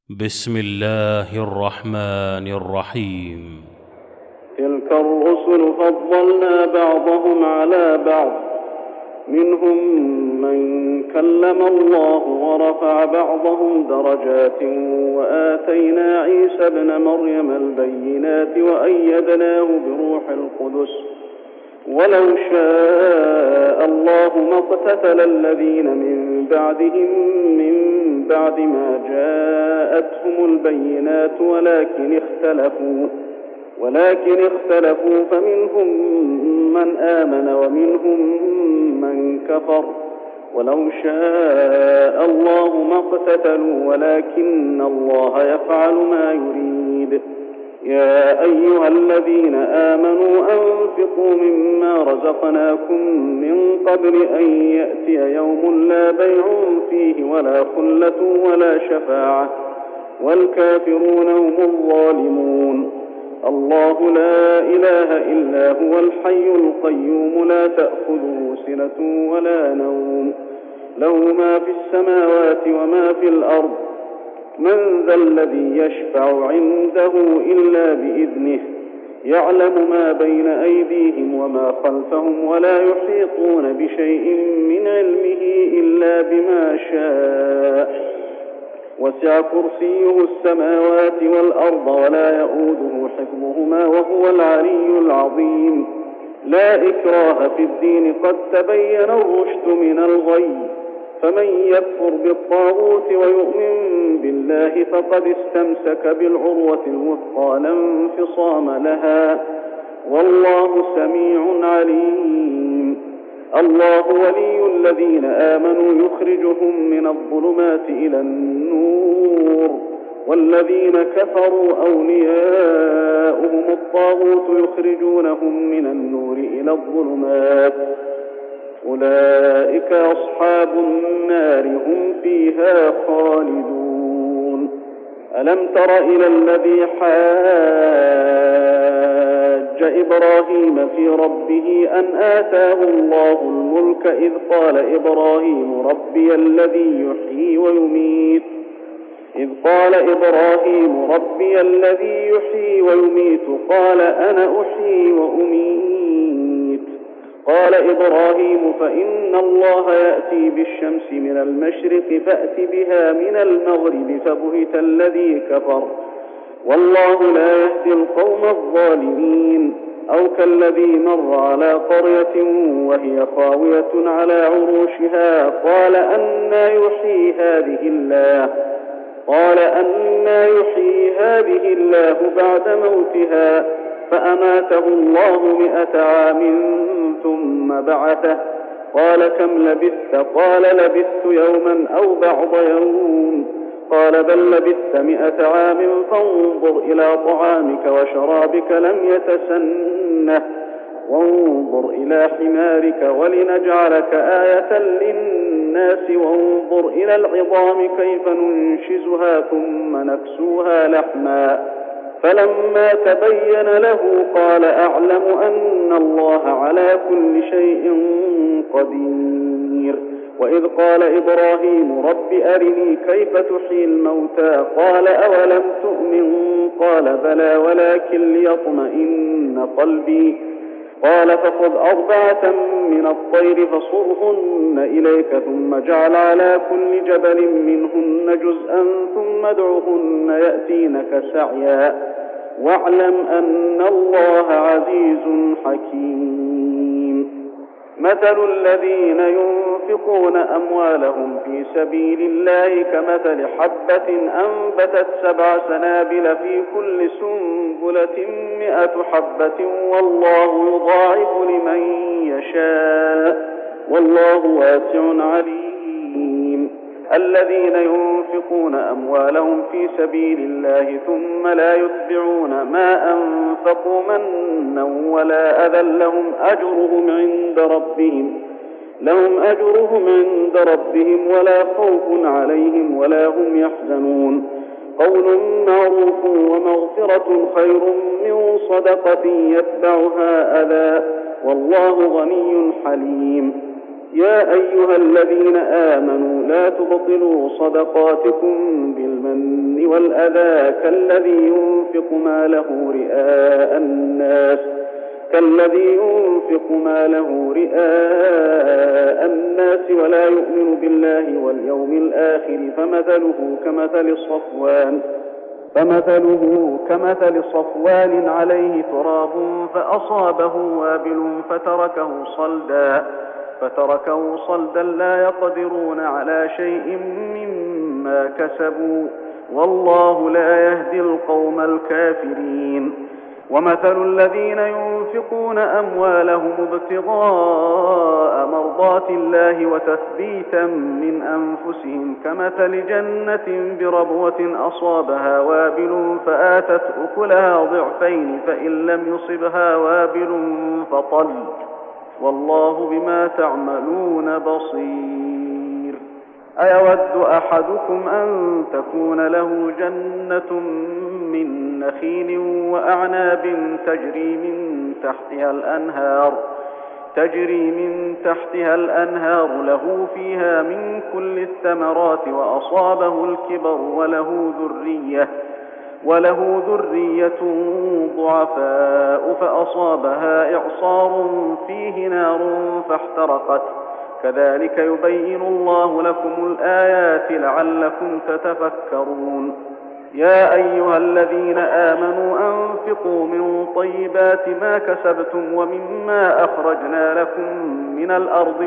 بسم الله الرحمن الرحيم. تلك الرسل فضلنا بعضهم على بعض، منهم من كلم الله ورفع بعضهم درجات، وآتينا عيسى ابن مريم البينات وأيدناه بروح القدس. ولو شاء الله ما اقتتل الذين من بعدهم من بعد ما جاءتهم البينات ولكن اختلفوا فمنهم من آمن ومنهم من كفر. ولو شاء الله ما اقتتلوا ولكن الله يفعل ما يريد. يا أيها الذين آمنوا أنفقوا مما رزقناكم من قبل أن يأتي يوم لا بيع فيه ولا خلة ولا شفاعة والكافرون هم الظالمون. الله لا إله إلا هو الحي القيوم لا تأخذه سنة ولا نوم، له ما في السماوات وما في الأرض. من ذا الذي يشفع عنده إلا بإذنه، يعلم ما بين أيديهم وما خلفهم ولا يحيطون بشيء من علمه إلا بما شاء. وسع كرسيه السماوات والأرض ولا يؤوده حفظهما وهو العلي العظيم. لا إكراه في الدين، قد تبين الرشد من الغي، فمن يكفر بالطاغوت ويؤمن بالله فقد استمسك بالعروة الوثقى لا انفصام لها، والله سميع عليم. الله ولي الذين آمنوا يخرجهم من الظلمات إلى النور، والذين كفروا أولياؤهم الطاغوت يخرجونهم من النور إلى الظلمات. أولئك أصحاب النار هم فيها خالدون. ألم تر إلى الذي حاج إبراهيم في ربه أن آتاه الله الملك إذ قال إبراهيم ربي الذي يحيي ويميت قال أنا أحيي وأميت. قال إبراهيم فإن الله يأتي بالشمس من المشرق فأت بها من المغرب فبهت الذي كفر، والله لا يهدي القوم الظالمين. أو كالذي مر على قرية وهي خاوية على عروشها قال أنى يحيي هذه الله بعد موتها، فأماته الله 100 عام ثم بعثه. قال كم لبثت؟ قال لبثت يوما أو بعض يوم. قال بل لبثت 100 عام فانظر إلى طعامك وشرابك لم يتسنه، وانظر إلى حمارك ولنجعلك آية للناس، وانظر إلى العظام كيف ننشزها ثم نكسوها لحما. فلما تبين له قال أعلم أن الله على كل شيء قدير. وإذ قال إبراهيم رب أرني كيف تحيي الموتى قال أولم تؤمن قال بلى ولكن ليطمئن قلبي. قال فخذ 4 من الطير فصرهن إليك ثم اجعل على كل جبل منهن جزءا ثم ادعهن يأتينك سعيا، واعلم أن الله عزيز حكيم. مثل الذين ينفقون أموالهم في سبيل الله كمثل حبة أنبتت 7 سنابل في كل سنبلة 100 حبة، والله يضاعف لمن يشاء، والله واسع عليم. الذين ينفقون أموالهم في سبيل الله ثم لا يتبعون ما أنفقوا منا ولا أذى لهم أجرهم عند ربهم ولا خوف عليهم ولا هم يحزنون. قول معروف ومغفرة خير من صدقة يتبعها أذى، والله غني حليم. يا أيها الذين آمنوا لا تبطلوا صدقاتكم بالمن والأذى كالذي ينفق ماله رئاء الناس ولا يؤمن بالله واليوم الآخر فمثله كمثل صفوان عليه تراب فأصابه وابل فتركه صلدا لا يقدرون على شيء مما كسبوا والله لا يهدي القوم الكافرين. ومثل الذين ينفقون أموالهم ابتغاء مرضات الله وتثبيتا من أنفسهم كمثل جنة بربوة أصابها وابل فآتت أكلها ضعفين فإن لم يصبها وابل فطل والله بما تعملون بصير. أيود أحدكم أن تكون له جنة من نخيل وأعناب تجري من تحتها الأنهار له فيها من كل الثمرات وأصابه الكبر وله ذرية ضعفاء فأصابها إعصار فيه نار فاحترقت كذلك يبين الله لكم الآيات لعلكم تتفكرون. يا أيها الذين آمنوا أنفقوا من طيبات ما كسبتم ومما أخرجنا لكم من الأرض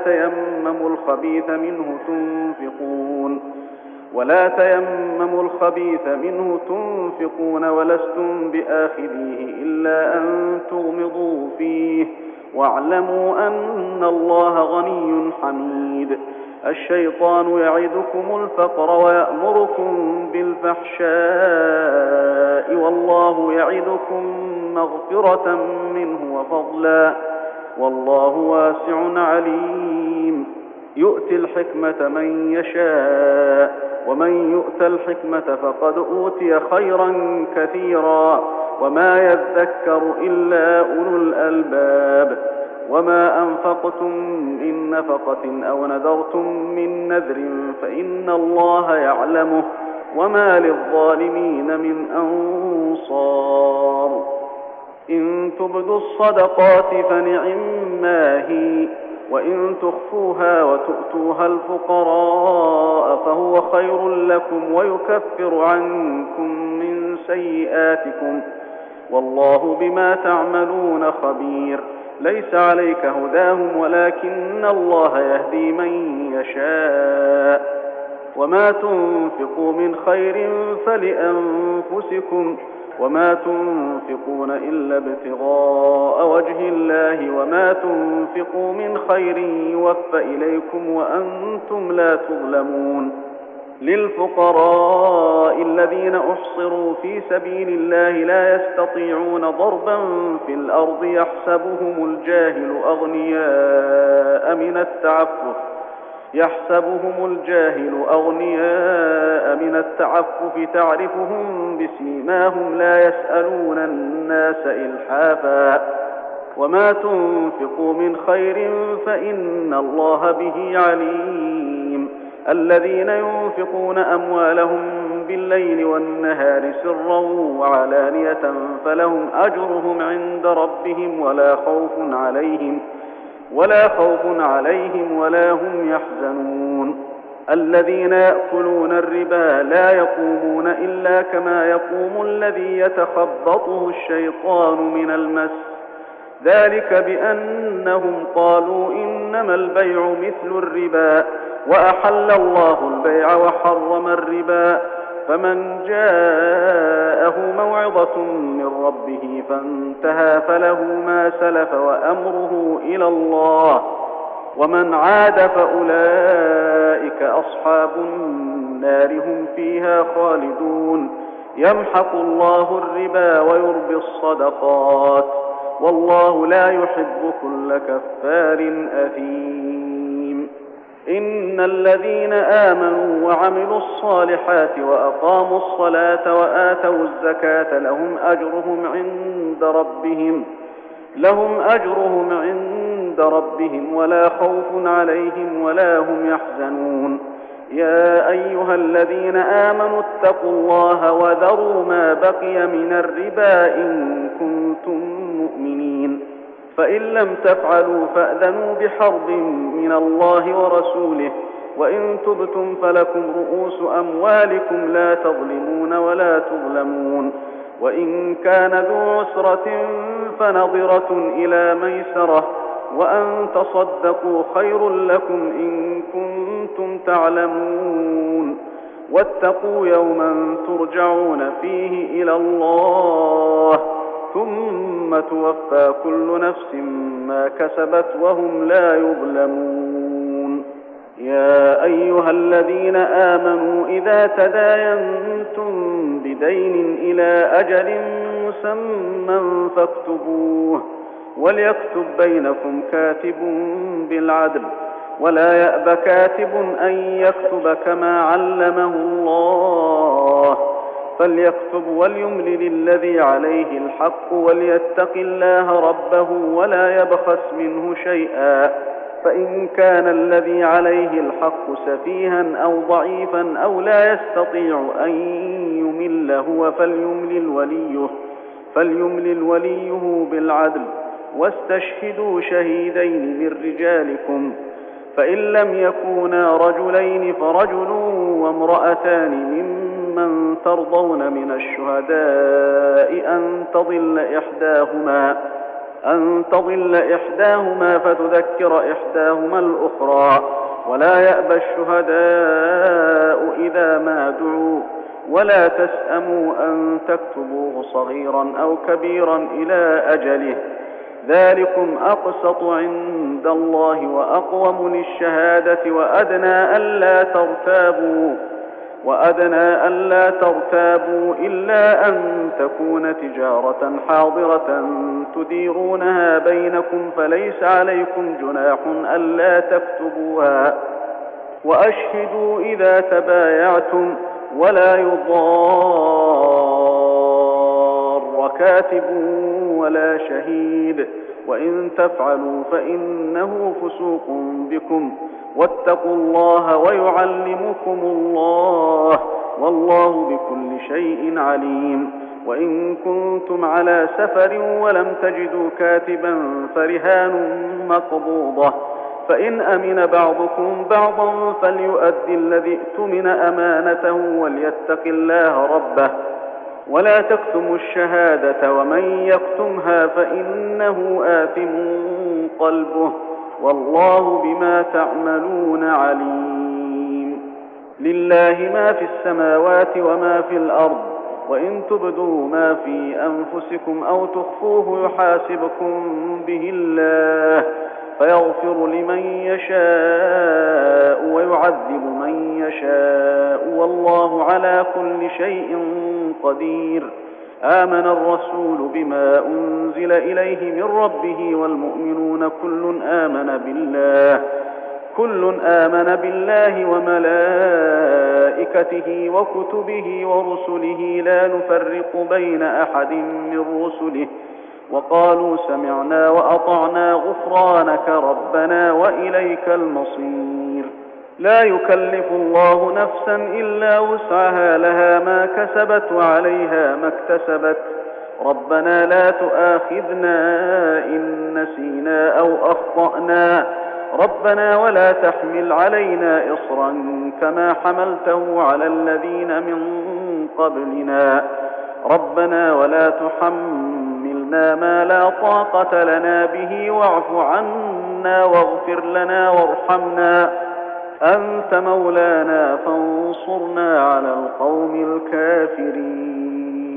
ولا تيمموا الخبيث منه تنفقون ولستم بآخذيه إلا أن تغمضوا فيه واعلموا أن الله غني حميد. الشيطان يعدكم الفقر ويأمركم بالفحشاء والله يعدكم مغفرة منه وفضلا والله واسع عليم. يؤتي الحكمة من يشاء ومن يؤت الحكمة فقد أوتي خيرا كثيرا وما يذكر إلا أولو الألباب. وما أنفقتم من نفقة أو نذرتم من نذر فإن الله يعلمه وما للظالمين من أنصار. إن تبدوا الصدقات فنعما هي وإن تخفوها وتؤتوها الفقراء فهو خير لكم ويكفر عنكم من سيئاتكم والله بما تعملون خبير. ليس عليك هداهم ولكن الله يهدي من يشاء. وما تنفقوا من خير فلأنفسكم وما تنفقون إلا ابتغاء وجه الله وما تنفقوا من خير يوفى إليكم وأنتم لا تظلمون. للفقراء الذين أحصروا في سبيل الله لا يستطيعون ضربا في الأرض يحسبهم الجاهل أغنياء من التعفف تعرفهم بسيماهم لا يسألون الناس إلحافا. وما تنفقوا من خير فإن الله به عليم. الذين ينفقون أموالهم بالليل والنهار سرا وعلانية فلهم أجرهم عند ربهم ولا خوف عليهم ولا هم يحزنون. الذين يأكلون الربا لا يقومون إلا كما يقوم الذي يتخبطه الشيطان من المس ذلك بأنهم قالوا إنما البيع مثل الربا وأحل الله البيع وحرم الربا. فمن جاءه موعظة من ربه فانتهى فله ما سلف وأمره إلى الله ومن عاد فأولئك أصحاب النار هم فيها خالدون. يمحق الله الربا ويربي الصدقات والله لا يحب كل كفار أثيم. إن الذين آمنوا وعملوا الصالحات وأقاموا الصلاة وآتوا الزكاة لهم أجرهم عند ربهم ولا خوف عليهم ولا هم يحزنون. يا أيها الذين آمنوا اتقوا الله وذروا ما بقي من الربا إن كنتم مؤمنين، فإن لم تفعلوا فأذنوا بحرب من الله ورسوله، وإن تبتم فلكم رؤوس أموالكم لا تظلمون ولا تظلمون، وإن كان ذو عسرة فنظرة إلى ميسرة، وأن تصدقوا خير لكم إن كنتم تعلمون. واتقوا يوما ترجعون فيه إلى الله ثم توفى كل نفس ما كسبت وهم لا يظلمون. يا أيها الذين آمنوا إذا تداينتم بدين إلى أجل مسمى فاكتبوه، وليكتب بينكم كاتب بالعدل، ولا يأب كاتب أن يكتب كما علمه الله، فليكتب وليملل الذي عليه الحق وليتق الله ربه ولا يبخس منه شيئا، فإن كان الذي عليه الحق سفيها أو ضعيفا أو لا يستطيع أن يمل هو فليملل وليه بالعدل، واستشهدوا شهيدين من رجالكم، فإن لم يكونا رجلين فرجل وامرأتان ممن ترضون من الشهداء أن تضل إحداهما فتذكر إحداهما الأخرى، ولا يأبى الشهداء إذا ما دعوا، ولا تسأموا أن تكتبوه صغيرا أو كبيرا إلى أجله، ذلكم أقسط عند الله وأقوم للشهادة، وأدنى ألا ترتابوا إلا أن تكون تجارة حاضرة تديرونها بينكم فليس عليكم جناح ألا تكتبوها، وأشهدوا إذا تبايعتم، ولا يضار كاتب ولا شهيد، وإن تفعلوا فإنه فسوق بكم، واتقوا الله ويعلمكم الله، والله بكل شيء عليم. وإن كنتم على سفر ولم تجدوا كاتبا فرهان مقبوضة، فإن أمن بعضكم بعضا فليؤدي الذي اؤتمن أمانته وليتق الله ربه، ولا تكتموا الشهادة ومن يكتمها فإنه آثم قلبه، والله بما تعملون عليم. لله ما في السماوات وما في الأرض، وإن تبدوا ما في أنفسكم أو تخفوه يحاسبكم به الله، فيغفر لمن يشاء ويعذب من يشاء، والله على كل شيء قدير. آمن الرسول بما أنزل إليه من ربه والمؤمنون كل آمن بالله وملائكته وكتبه ورسله لا نفرق بين أحد من رسله، وقالوا سمعنا وأطعنا غفرانك ربنا وإليك المصير. لا يكلف الله نفسا إلا وسعها، لها ما كسبت وعليها ما اكتسبت، ربنا لا تؤاخذنا إن نسينا أو أخطأنا، ربنا ولا تحمل علينا إصرا كما حملته على الذين من قبلنا، ربنا ولا تحملنا ما لا طاقة لنا به، واعف عنا واغفر لنا وارحمنا، أنت مولانا فانصرنا على القوم الكافرين.